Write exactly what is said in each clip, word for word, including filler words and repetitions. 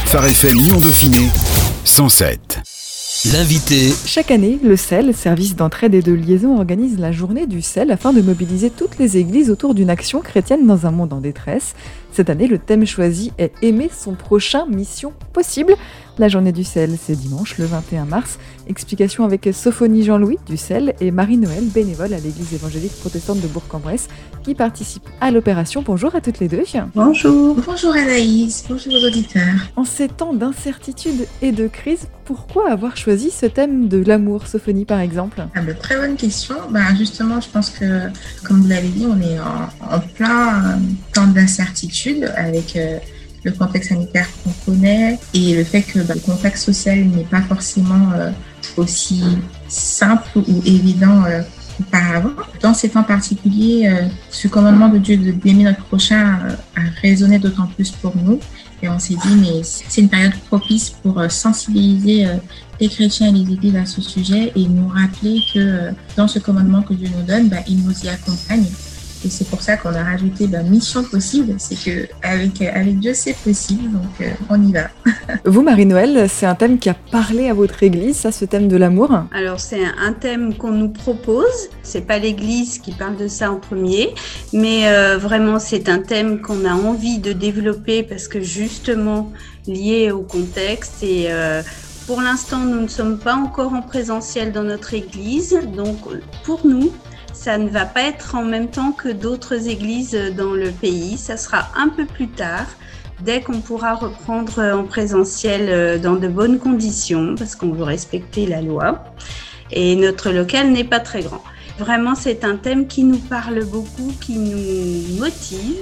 Phare F M Lyon Dauphiné cent sept. L'invité. Chaque année, le C E L, service d'entraide et de liaison, organise la journée du C E L afin de mobiliser toutes les églises autour d'une action chrétienne dans un monde en détresse. Cette année, le thème choisi est « Aimer son prochain, mission possible ». La journée du C E L, c'est dimanche, le vingt et un mars. Explication avec Sophonie Jean-Louis du C E L et Marie-Noël, bénévole à l'église évangélique protestante de Bourg-en-Bresse, qui participe à l'opération. Bonjour à toutes les deux. Bonjour. Bonjour Anaïs, bonjour aux auditeurs. En ces temps d'incertitude et de crise, pourquoi avoir choisi ce thème de l'amour, Sophonie par exemple ? Ah ben, très bonne question. Ben, justement, je pense que, comme vous l'avez dit, on est en, en plein temps d'incertitude avec euh, le contexte sanitaire qu'on connaît et le fait que ben, le contexte social n'est pas forcément euh, aussi simple ou évident euh, qu'auparavant. Dans ces temps particuliers, euh, ce commandement de Dieu de d'aimer notre prochain euh, a résonné d'autant plus pour nous. Et on s'est dit, mais c'est une période propice pour sensibiliser les chrétiens et les églises à ce sujet et nous rappeler que dans ce commandement que Dieu nous donne, bah, il nous y accompagne. Et c'est pour ça qu'on a rajouté bah, mission possible, c'est qu'avec avec Dieu, c'est possible, donc euh, on y va. Vous, Marie-Noël, c'est un thème qui a parlé à votre église, ça, ce thème de l'amour ? Alors, c'est un thème qu'on nous propose, c'est pas l'église qui parle de ça en premier, mais euh, vraiment, c'est un thème qu'on a envie de développer parce que justement, lié au contexte et... Euh, Pour l'instant, nous ne sommes pas encore en présentiel dans notre église, donc pour nous, ça ne va pas être en même temps que d'autres églises dans le pays. Ça sera un peu plus tard, dès qu'on pourra reprendre en présentiel dans de bonnes conditions, parce qu'on veut respecter la loi. Et notre local n'est pas très grand. Vraiment, c'est un thème qui nous parle beaucoup, qui nous motive.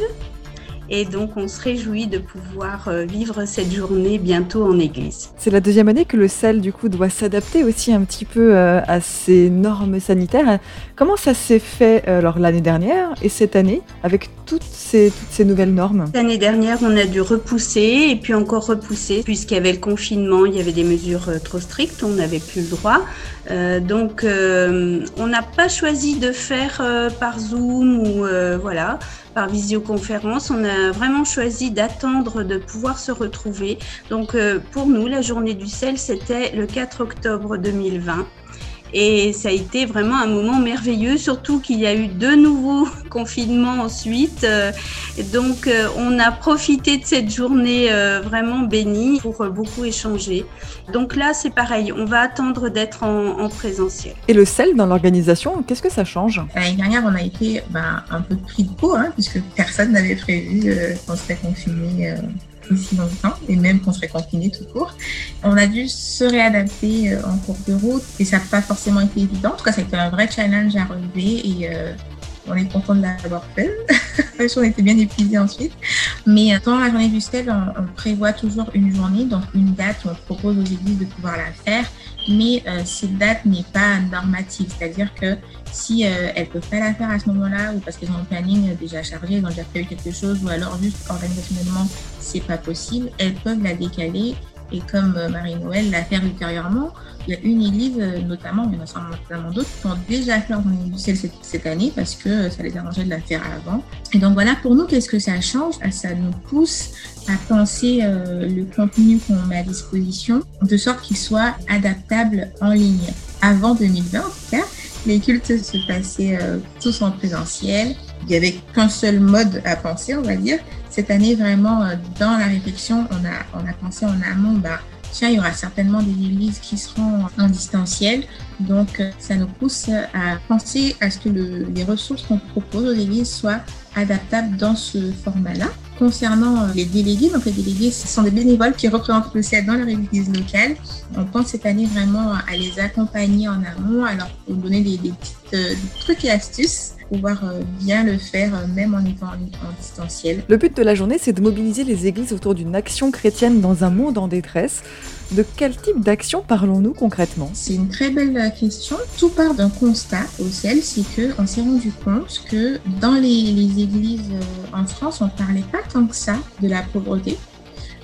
Et donc, on se réjouit de pouvoir vivre cette journée bientôt en église. C'est la deuxième année que le C E L, du coup, doit s'adapter aussi un petit peu à ces normes sanitaires. Comment ça s'est fait alors, l'année dernière et cette année, avec toutes ces, toutes ces nouvelles normes ? L'année dernière, on a dû repousser et puis encore repousser, puisqu'il y avait le confinement, il y avait des mesures trop strictes, on n'avait plus le droit. Euh, donc, euh, on n'a pas choisi de faire euh, par Zoom ou euh, voilà, par visioconférence. On a vraiment choisi d'attendre de pouvoir se retrouver. Donc, euh, pour nous, la journée du C E L, c'était le quatre octobre deux mille vingt. Et ça a été vraiment un moment merveilleux, surtout qu'il y a eu de nouveaux confinements ensuite. Euh, donc, euh, on a profité de cette journée euh, vraiment bénie pour euh, beaucoup échanger. Donc là, c'est pareil, on va attendre d'être en, en présentiel. Et le C E L, dans l'organisation, qu'est-ce que ça change ? L'année dernière, on a été ben, un peu pris de peau, hein, puisque personne n'avait prévu euh, qu'on serait confiné. Euh... aussi longtemps et même qu'on serait confiné tout court. On a dû se réadapter euh, en cours de route et ça n'a pas forcément été évident. En tout cas, ça a été un vrai challenge à relever et euh, on est content de l'avoir fait. On était bien épuisés ensuite. Mais euh, dans la journée du C E L, on, on prévoit toujours une journée, donc une date où on propose aux églises de pouvoir la faire. Mais euh, cette date n'est pas normative, c'est-à-dire que si euh, elles ne peuvent pas la faire à ce moment-là ou parce qu'elles ont un planning déjà chargé, elles ont déjà prévu quelque chose ou alors juste organisationnellement c'est pas possible, elles peuvent la décaler et comme euh, Marie-Noël l'a fait ultérieurement, il y a une église euh, notamment, il y en a certainement d'autres qui ont déjà fait leur journée du C E L cette, cette année parce que euh, ça les arrangeait de la faire avant. Et donc voilà, pour nous, qu'est-ce que ça change ? Ça nous pousse à penser euh, le contenu qu'on met à disposition de sorte qu'il soit adaptable en ligne. Avant deux mille vingt, en tout cas, les cultes se passaient euh, tous en présentiel. Il n'y avait qu'un seul mode à penser, on va dire. Cette année, vraiment, euh, dans la réflexion, on a, on a pensé en amont, bah, tiens, il y aura certainement des églises qui seront en distanciel. Donc, euh, ça nous pousse à penser à ce que le, les ressources qu'on propose aux églises soient adaptables dans ce format-là. Concernant les délégués, donc les délégués, ce sont des bénévoles qui représentent le C E L dans leur église locale. On pense cette année vraiment à les accompagner en amont, à leur donner des, des petits euh, des trucs et astuces pour pouvoir euh, bien le faire, euh, même en étant en, en distanciel. Le but de la journée, c'est de mobiliser les églises autour d'une action chrétienne dans un monde en détresse. De quel type d'action parlons-nous concrètement ? C'est une très belle question. Tout part d'un constat au C E L, c'est qu'on s'est rendu compte que dans les, les églises en France, on ne parlait pas tant que ça de la pauvreté.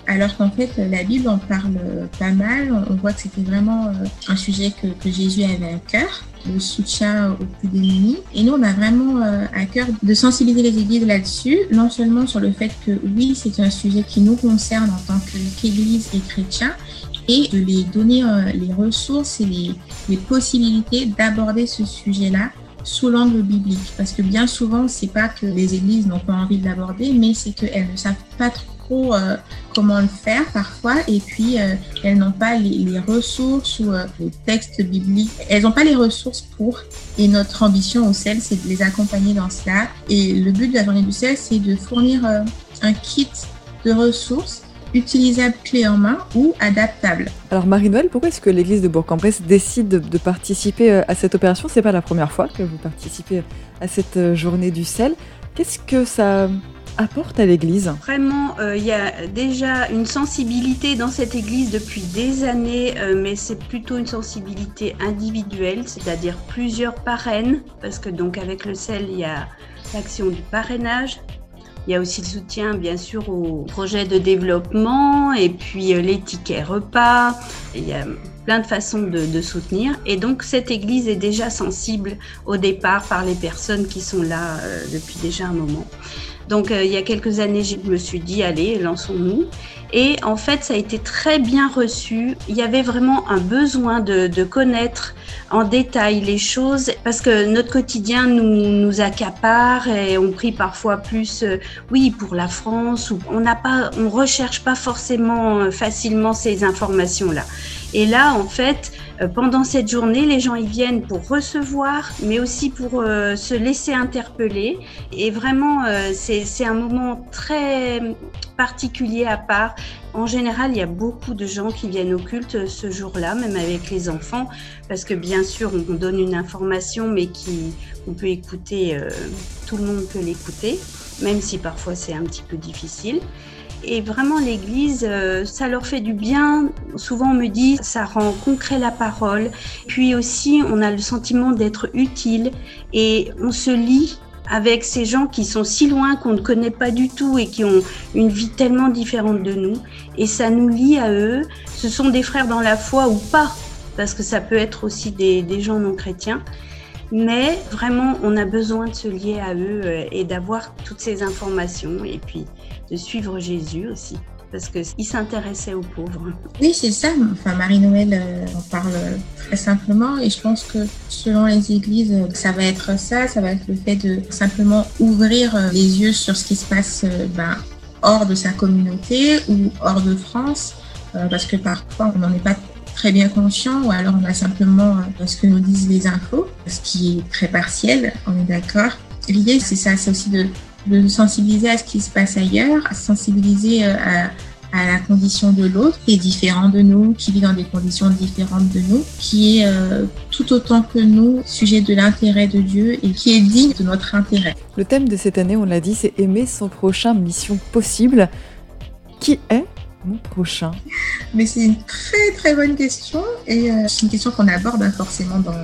alors qu'en fait, la Bible en parle pas mal. On voit que c'était vraiment un sujet que, que Jésus avait à cœur, le soutien aux plus démunis. Et nous, on a vraiment à cœur de sensibiliser les églises là-dessus, non seulement sur le fait que oui, c'est un sujet qui nous concerne en tant qu'église et chrétiens, et de les donner les ressources et les, les possibilités d'aborder ce sujet-là sous l'angle biblique. Parce que bien souvent, c'est pas que les églises n'ont pas envie de l'aborder, mais c'est qu'elles ne savent pas trop euh, comment le faire parfois, et puis euh, elles n'ont pas les, les ressources ou euh, les textes bibliques. Elles n'ont pas les ressources pour. Et notre ambition au C E L, c'est de les accompagner dans cela. Et le but de la journée du C E L, c'est de fournir euh, un kit de ressources utilisable clé en main ou adaptable. Alors Marie-Noëlle, pourquoi est-ce que l'église de Bourg-en-Bresse décide de, de participer à cette opération ? C'est pas la première fois que vous participez à cette journée du C E L. Qu'est-ce que ça apporte à l'église ? Vraiment, il euh, y a déjà une sensibilité dans cette église depuis des années, euh, mais c'est plutôt une sensibilité individuelle, c'est-à-dire plusieurs parraines, parce que donc avec le C E L, il y a l'action du parrainage. Il y a aussi le soutien, bien sûr, aux projets de développement et puis euh, les tickets repas. Il y a plein de façons de, de soutenir. Et donc, cette église est déjà sensible au départ par les personnes qui sont là euh, depuis déjà un moment. Donc, euh, il y a quelques années, je me suis dit, allez, lançons-nous. Et en fait, ça a été très bien reçu. Il y avait vraiment un besoin de, de connaître en détail les choses parce que notre quotidien nous, nous accapare et on prie parfois plus, euh, oui, pour la France. Ou on n'a pas, on recherche pas forcément facilement ces informations-là. Et là, en fait, euh, pendant cette journée, les gens y viennent pour recevoir, mais aussi pour euh, se laisser interpeller. Et vraiment, euh, c'est, c'est un moment très particulier à part. En général, il y a beaucoup de gens qui viennent au culte ce jour-là, même avec les enfants, parce que bien sûr, on donne une information, mais qui, on peut écouter, euh, tout le monde peut l'écouter, même si parfois c'est un petit peu difficile. Et vraiment, l'église, euh, ça leur fait du bien. Souvent, on me dit, ça rend concret la parole. Puis aussi, on a le sentiment d'être utile et on se lie avec ces gens qui sont si loin, qu'on ne connaît pas du tout et qui ont une vie tellement différente de nous. Et ça nous lie à eux. Ce sont des frères dans la foi ou pas, parce que ça peut être aussi des, des gens non chrétiens. Mais vraiment, on a besoin de se lier à eux et d'avoir toutes ces informations et puis de suivre Jésus aussi, parce qu'il s'intéressait aux pauvres. Oui, c'est ça. Enfin, Marie-Noëlle euh, en parle très simplement et je pense que selon les églises, ça va être ça, ça va être le fait de simplement ouvrir les yeux sur ce qui se passe euh, ben, hors de sa communauté ou hors de France, euh, parce que parfois, on n'en est pas très bien conscient ou alors on a simplement euh, ce que nous disent les infos, ce qui est très partiel, on est d'accord. L'idée, c'est ça, c'est aussi de de sensibiliser à ce qui se passe ailleurs, à sensibiliser à, à la condition de l'autre qui est différent de nous, qui vit dans des conditions différentes de nous, qui est euh, tout autant que nous sujet de l'intérêt de Dieu et qui est digne de notre intérêt. Le thème de cette année, on l'a dit, c'est aimer son prochain, mission possible. Qui est mon prochain ? Mais c'est une très très bonne question et euh, c'est une question qu'on aborde forcément dans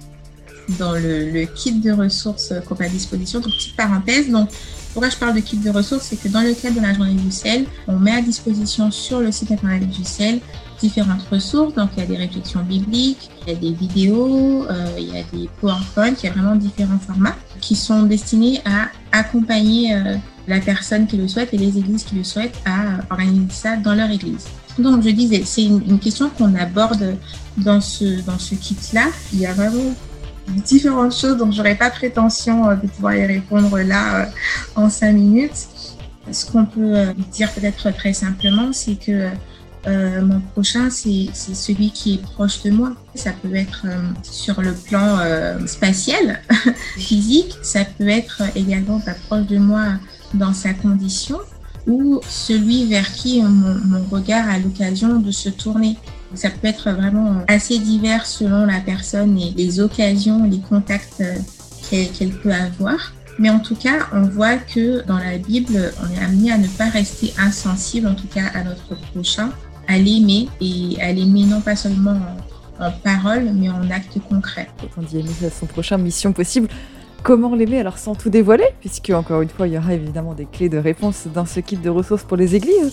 dans le, le kit de ressources qu'on a à disposition. Donc, petite parenthèse, donc, pourquoi je parle de kit de ressources, c'est que dans le cadre de la journée du C E L, on met à disposition sur le site internet du C E L différentes ressources. Donc, il y a des réflexions bibliques, il y a des vidéos, euh, il y a des PowerPoint, il y a vraiment différents formats qui sont destinés à accompagner euh, la personne qui le souhaite et les églises qui le souhaitent à organiser ça dans leur église. Donc, je disais, c'est une, une question qu'on aborde dans ce, dans ce kit-là. Il y a vraiment différentes choses, donc j'aurais pas prétention de pouvoir y répondre là euh, en cinq minutes. Ce qu'on peut euh, dire peut-être très simplement, c'est que euh, mon prochain, c'est, c'est celui qui est proche de moi. Ça peut être euh, sur le plan euh, spatial, physique, ça peut être également pas proche de moi dans sa condition, ou celui vers qui mon, mon regard a l'occasion de se tourner. Ça peut être vraiment assez divers selon la personne et les occasions, les contacts qu'elle, qu'elle peut avoir. Mais en tout cas, on voit que dans la Bible, on est amené à ne pas rester insensible, en tout cas à notre prochain, à l'aimer et à l'aimer non pas seulement en, en parole, mais en actes concrets. Quand on dit aimer son prochain, mission possible, comment l'aimer alors sans tout dévoiler ? Puisque, encore une fois, il y aura évidemment des clés de réponse dans ce kit de ressources pour les églises.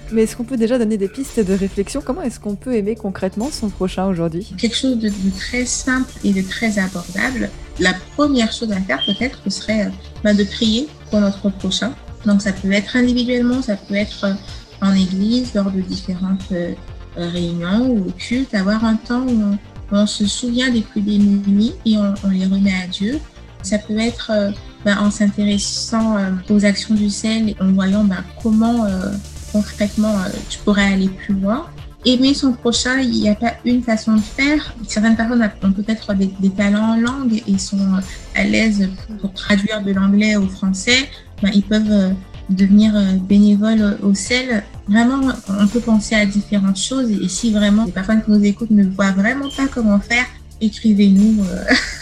Mais est-ce qu'on peut déjà donner des pistes de réflexion? Comment est-ce qu'on peut aimer concrètement son prochain aujourd'hui? Quelque chose de, de très simple et de très abordable. La première chose à faire peut-être ce serait bah, de prier pour notre prochain. Donc ça peut être individuellement, ça peut être en église, lors de différentes euh, réunions ou cultes, avoir un temps où on, où on se souvient des plus démunis et on, on les remet à Dieu. Ça peut être euh, bah, en s'intéressant euh, aux actions du C E L et en voyant bah, comment euh, concrètement euh, tu pourrais aller plus loin. Aimer son prochain, il n'y a pas une façon de faire. Certaines personnes ont peut-être des, des talents en langue et sont à l'aise pour traduire de l'anglais au français. Ben, ils peuvent euh, devenir euh, bénévoles au C E L. Vraiment, on peut penser à différentes choses. Et si vraiment les personnes qui nous écoutent ne voient vraiment pas comment faire, écrivez-nous euh,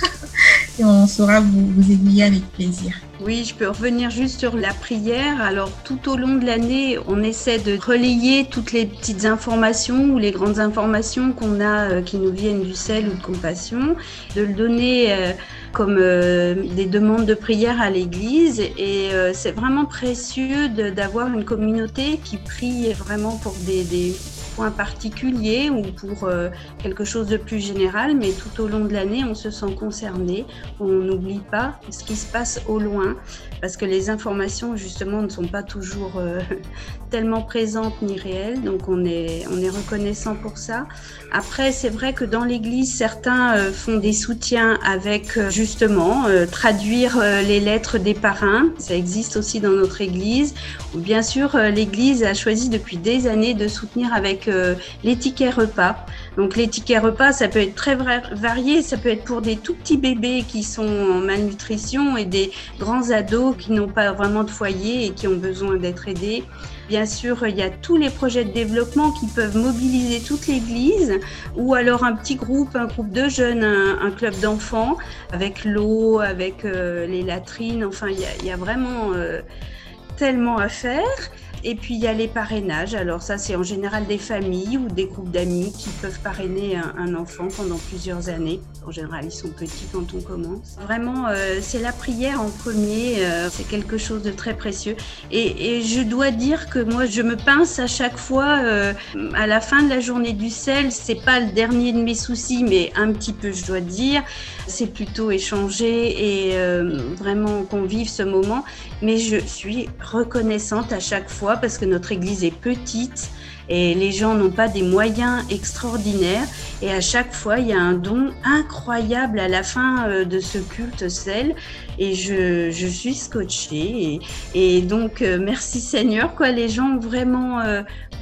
et on saura vous, vous aiguiller avec plaisir. Oui, je peux revenir juste sur la prière. Alors, tout au long de l'année, on essaie de relayer toutes les petites informations ou les grandes informations qu'on a euh, qui nous viennent du C E L ou de Compassion, de le donner euh, comme euh, des demandes de prière à l'Église. Et euh, c'est vraiment précieux de, d'avoir une communauté qui prie vraiment pour des, des points particuliers ou pour euh, quelque chose de plus général. Mais tout au long de l'année, on se sent concerné. On n'oublie pas ce qui se passe au loin, parce que les informations justement ne sont pas toujours euh, tellement présentes ni réelles, donc on est, on est reconnaissant pour ça. Après, c'est vrai que dans l'Église, certains euh, font des soutiens avec euh, justement euh, traduire euh, les lettres des parrains, ça existe aussi dans notre Église. Ou bien sûr, euh, l'Église a choisi depuis des années de soutenir avec euh, les tickets repas. Donc les tickets repas, ça peut être très varié, ça peut être pour des tout petits bébés qui sont en malnutrition et des grands ados qui n'ont pas vraiment de foyer et qui ont besoin d'être aidés. Bien sûr, il y a tous les projets de développement qui peuvent mobiliser toute l'Église, ou alors un petit groupe, un groupe de jeunes, un, un club d'enfants, avec l'eau, avec euh, les latrines, enfin il y a, il y a vraiment euh, tellement à faire. Et puis, il y a les parrainages. Alors ça, c'est en général des familles ou des groupes d'amis qui peuvent parrainer un, un enfant pendant plusieurs années. En général, ils sont petits quand on commence. Vraiment, euh, c'est la prière en premier. Euh, c'est quelque chose de très précieux. Et, et je dois dire que moi, je me pince à chaque fois. Euh, à la fin de la journée du C E L, c'est pas le dernier de mes soucis, mais un petit peu, je dois dire. C'est plutôt échanger et euh, vraiment qu'on vive ce moment. Mais je suis reconnaissante à chaque fois parce que notre église est petite et les gens n'ont pas des moyens extraordinaires. Et à chaque fois, il y a un don incroyable à la fin de ce culte C E L. Et je, je suis scotchée. Et, et donc, euh, merci Seigneur, quoi. Les gens ont vraiment euh,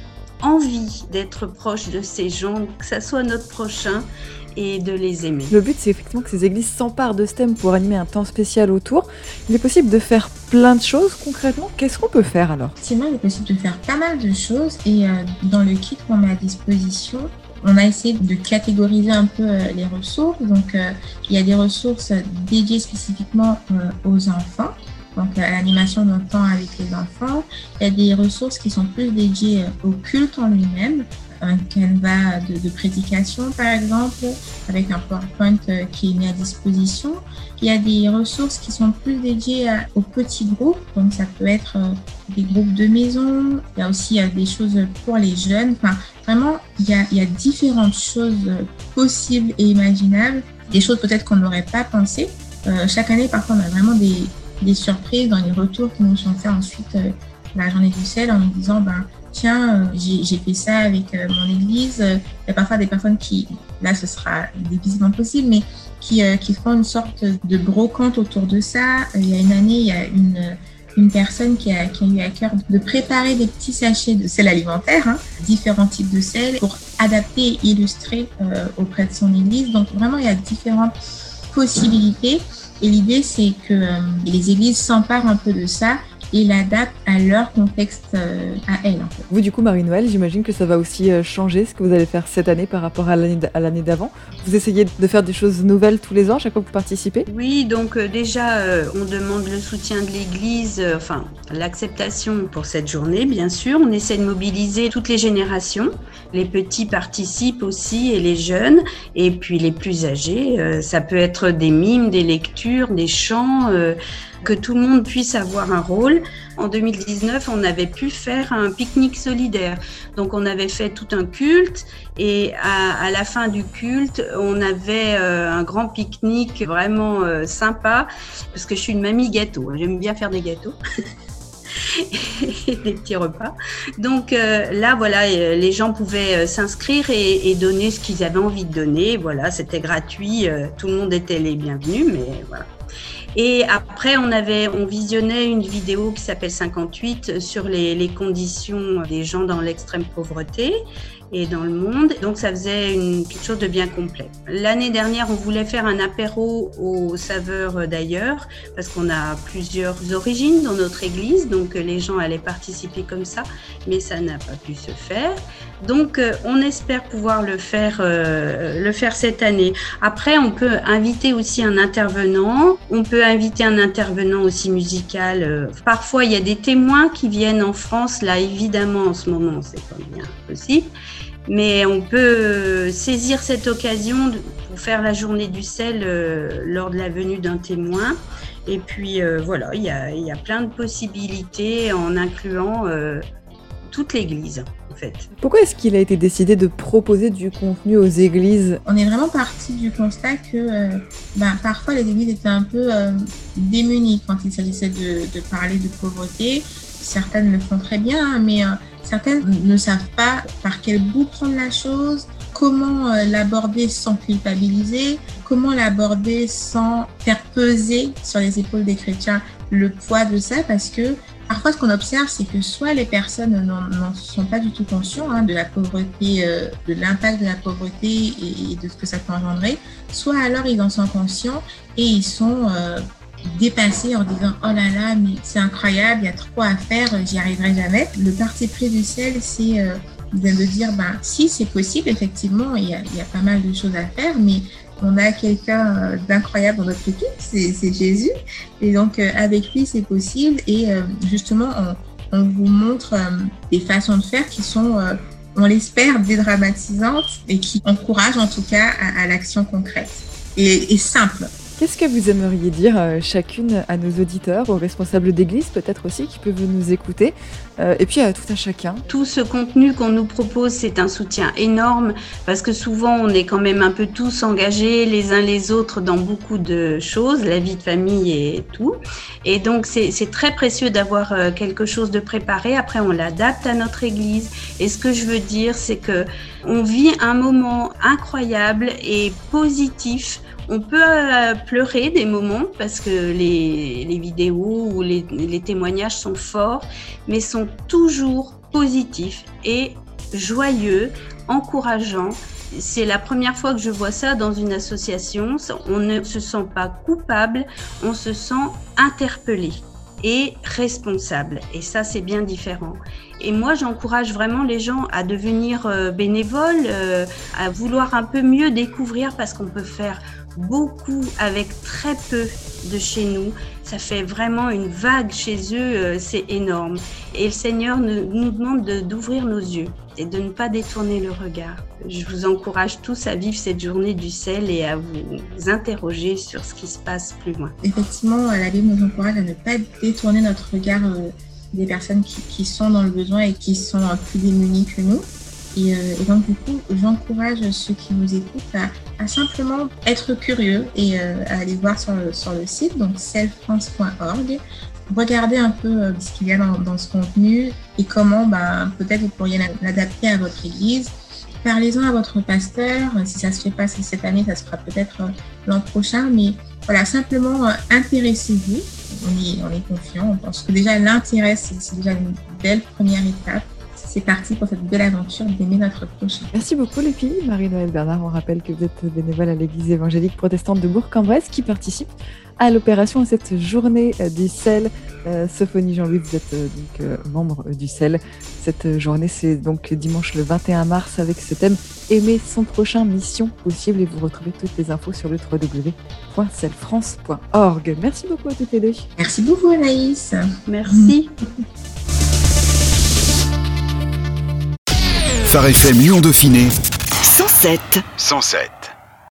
envie d'être proches de ces gens, que ça soit notre prochain, et de les aimer. Le but, c'est effectivement que ces églises s'emparent de ce thème pour animer un temps spécial autour. Il est possible de faire plein de choses. Concrètement, qu'est-ce qu'on peut faire alors? Effectivement, il est possible de faire pas mal de choses et euh, dans le kit qu'on met à disposition, on a essayé de catégoriser un peu euh, les ressources. Donc, euh, il y a des ressources dédiées spécifiquement euh, aux enfants, donc à l'animation d'un temps avec les enfants. Il y a des ressources qui sont plus dédiées au culte en lui-même, un canevas de, de prédication par exemple, avec un PowerPoint qui est mis à disposition. Il y a des ressources qui sont plus dédiées à, aux petits groupes, donc ça peut être euh, des groupes de maison. Il y a aussi euh, des choses pour les jeunes. Enfin, vraiment, il y a, il y a différentes choses possibles et imaginables, des choses peut-être qu'on n'aurait pas pensé. Euh, chaque année, parfois, on a vraiment des, des surprises dans les retours qui nous sont faits ensuite euh, la journée du C E L en nous disant ben, tiens, euh, j'ai, j'ai fait ça avec euh, mon église. Il y a parfois des personnes qui, là ce sera difficilement possible, mais qui, euh, qui font une sorte de brocante autour de ça. Euh, il y a une année, il y a une, une personne qui a, qui a eu à cœur de préparer des petits sachets de sel alimentaire, hein, différents types de sel, pour adapter et illustrer euh, auprès de son église. Donc vraiment, il y a différentes possibilités. Et l'idée, c'est que euh, les églises s'emparent un peu de ça et l'adaptent à leur contexte euh, à elles. En fait. Vous, du coup, Marie-Noël, j'imagine que ça va aussi euh, changer ce que vous allez faire cette année par rapport à l'année, d- à l'année d'avant. Vous essayez de faire des choses nouvelles tous les ans, chaque fois que vous participez? Oui, donc euh, déjà, euh, on demande le soutien de l'Église, euh, enfin, l'acceptation pour cette journée, bien sûr. On essaie de mobiliser toutes les générations. Les petits participent aussi et les jeunes. Et puis les plus âgés, euh, ça peut être des mimes, des lectures, des chants. Euh, que tout le monde puisse avoir un rôle. En deux mille dix-neuf, on avait pu faire un pique-nique solidaire. Donc, on avait fait tout un culte et à, à la fin du culte, on avait euh, un grand pique-nique vraiment euh, sympa parce que je suis une mamie gâteau. J'aime bien faire des gâteaux. Et des petits repas. Donc euh, là, voilà, les gens pouvaient euh, s'inscrire et, et donner ce qu'ils avaient envie de donner. Voilà, c'était gratuit. Euh, tout le monde était les bienvenus, mais voilà. Et après, on avait, on visionnait une vidéo qui s'appelle cinquante-huit sur les, les conditions des gens dans l'extrême pauvreté et dans le monde. Donc, ça faisait une, quelque chose de bien complet. L'année dernière, on voulait faire un apéro aux saveurs d'ailleurs, parce qu'on a plusieurs origines dans notre église, donc les gens allaient participer comme ça, mais ça n'a pas pu se faire. Donc, on espère pouvoir le faire, euh, le faire cette année. Après, on peut inviter aussi un intervenant. On peut inviter un intervenant aussi musical. Parfois, il y a des témoins qui viennent en France. Là, évidemment, en ce moment, c'est pas bien possible. Mais on peut saisir cette occasion pour faire la journée du sel euh, lors de la venue d'un témoin. Et puis, euh, voilà, il y a, il y a plein de possibilités en incluant euh, toute l'Église. En fait. Pourquoi est-ce qu'il a été décidé de proposer du contenu aux églises ? On est vraiment parti du constat que euh, ben, parfois les églises étaient un peu euh, démunies quand il s'agissait de, de parler de pauvreté. Certaines le font très bien, mais euh, certaines ne savent pas par quel bout prendre la chose, comment euh, l'aborder sans culpabiliser, comment l'aborder sans faire peser sur les épaules des chrétiens le poids de ça, parce que parfois, ce qu'on observe, c'est que soit les personnes n'en, n'en sont pas du tout conscients hein, de la pauvreté, euh, de l'impact de la pauvreté et, et de ce que ça peut engendrer, soit alors ils en sont conscients et ils sont euh, dépassés en disant « Oh là là, mais c'est incroyable, il y a trop à faire, j'y arriverai jamais ». Le parti pris du sel, c'est euh, de dire ben, « Si, c'est possible, effectivement, il y, a, il y a pas mal de choses à faire, mais… » On a quelqu'un d'incroyable dans notre équipe, c'est, c'est Jésus. Et donc, euh, avec lui, c'est possible. Et euh, justement, on, on vous montre euh, des façons de faire qui sont, euh, on l'espère, dédramatisantes et qui encouragent en tout cas à, à l'action concrète et, et simple. Qu'est-ce que vous aimeriez dire euh, chacune à nos auditeurs, aux responsables d'église peut-être aussi qui peuvent nous écouter, euh, et puis à tout un chacun ? Tout ce contenu qu'on nous propose, c'est un soutien énorme parce que souvent on est quand même un peu tous engagés les uns les autres dans beaucoup de choses, la vie de famille et tout. Et donc c'est, c'est très précieux d'avoir euh, quelque chose de préparé. Après on l'adapte à notre église. Et ce que je veux dire, c'est que on vit un moment incroyable et positif. On peut euh, pleurer des moments parce que les, les vidéos ou les, les témoignages sont forts, mais sont toujours positifs et joyeux, encourageants. C'est la première fois que je vois ça dans une association. On ne se sent pas coupable, on se sent interpellé et responsable. Et ça, c'est bien différent. Et moi, j'encourage vraiment les gens à devenir euh, bénévoles, euh, à vouloir un peu mieux découvrir parce qu'on peut faire beaucoup avec très peu de chez nous. Ça fait vraiment une vague chez eux, euh, c'est énorme. Et le Seigneur nous, nous demande de, d'ouvrir nos yeux et de ne pas détourner le regard. Je vous encourage tous à vivre cette journée du sel et à vous interroger sur ce qui se passe plus loin. Effectivement, la Bible nous encourage à ne pas détourner notre regard euh, des personnes qui, qui sont dans le besoin et qui sont euh, plus démunies que nous. Et, euh, et donc, du coup, j'encourage ceux qui nous écoutent à, à simplement être curieux et euh, à aller voir sur le, sur le site, donc sel france point org, regarder un peu euh, ce qu'il y a dans, dans ce contenu et comment ben, peut-être vous pourriez l'adapter à votre église. Parlez-en à votre pasteur. Si ça ne se fait pas cette année, ça se fera peut-être euh, l'an prochain. Mais voilà, simplement euh, intéressez-vous. On est, on est confiant. On pense que déjà l'intérêt, c'est, c'est déjà une belle première étape. C'est parti pour cette belle aventure d'aimer notre prochain. Merci beaucoup les filles. Marie-Noëlle Bernard, on rappelle que vous êtes bénévole à l'église évangélique protestante de Bourg-en-Bresse qui participe à l'opération à cette journée du sel. Euh, Sophonie Jean-Louis, vous êtes euh, donc euh, membre du sel. Cette journée, c'est donc dimanche le vingt et un mars avec ce thème « Aimer son prochain, mission possible » et vous retrouvez toutes les infos sur le w w w point sel france point org. Merci beaucoup à toutes les deux. Merci beaucoup Anaïs. Merci. Phare F M Lyon Dauphiné cent sept. cent sept.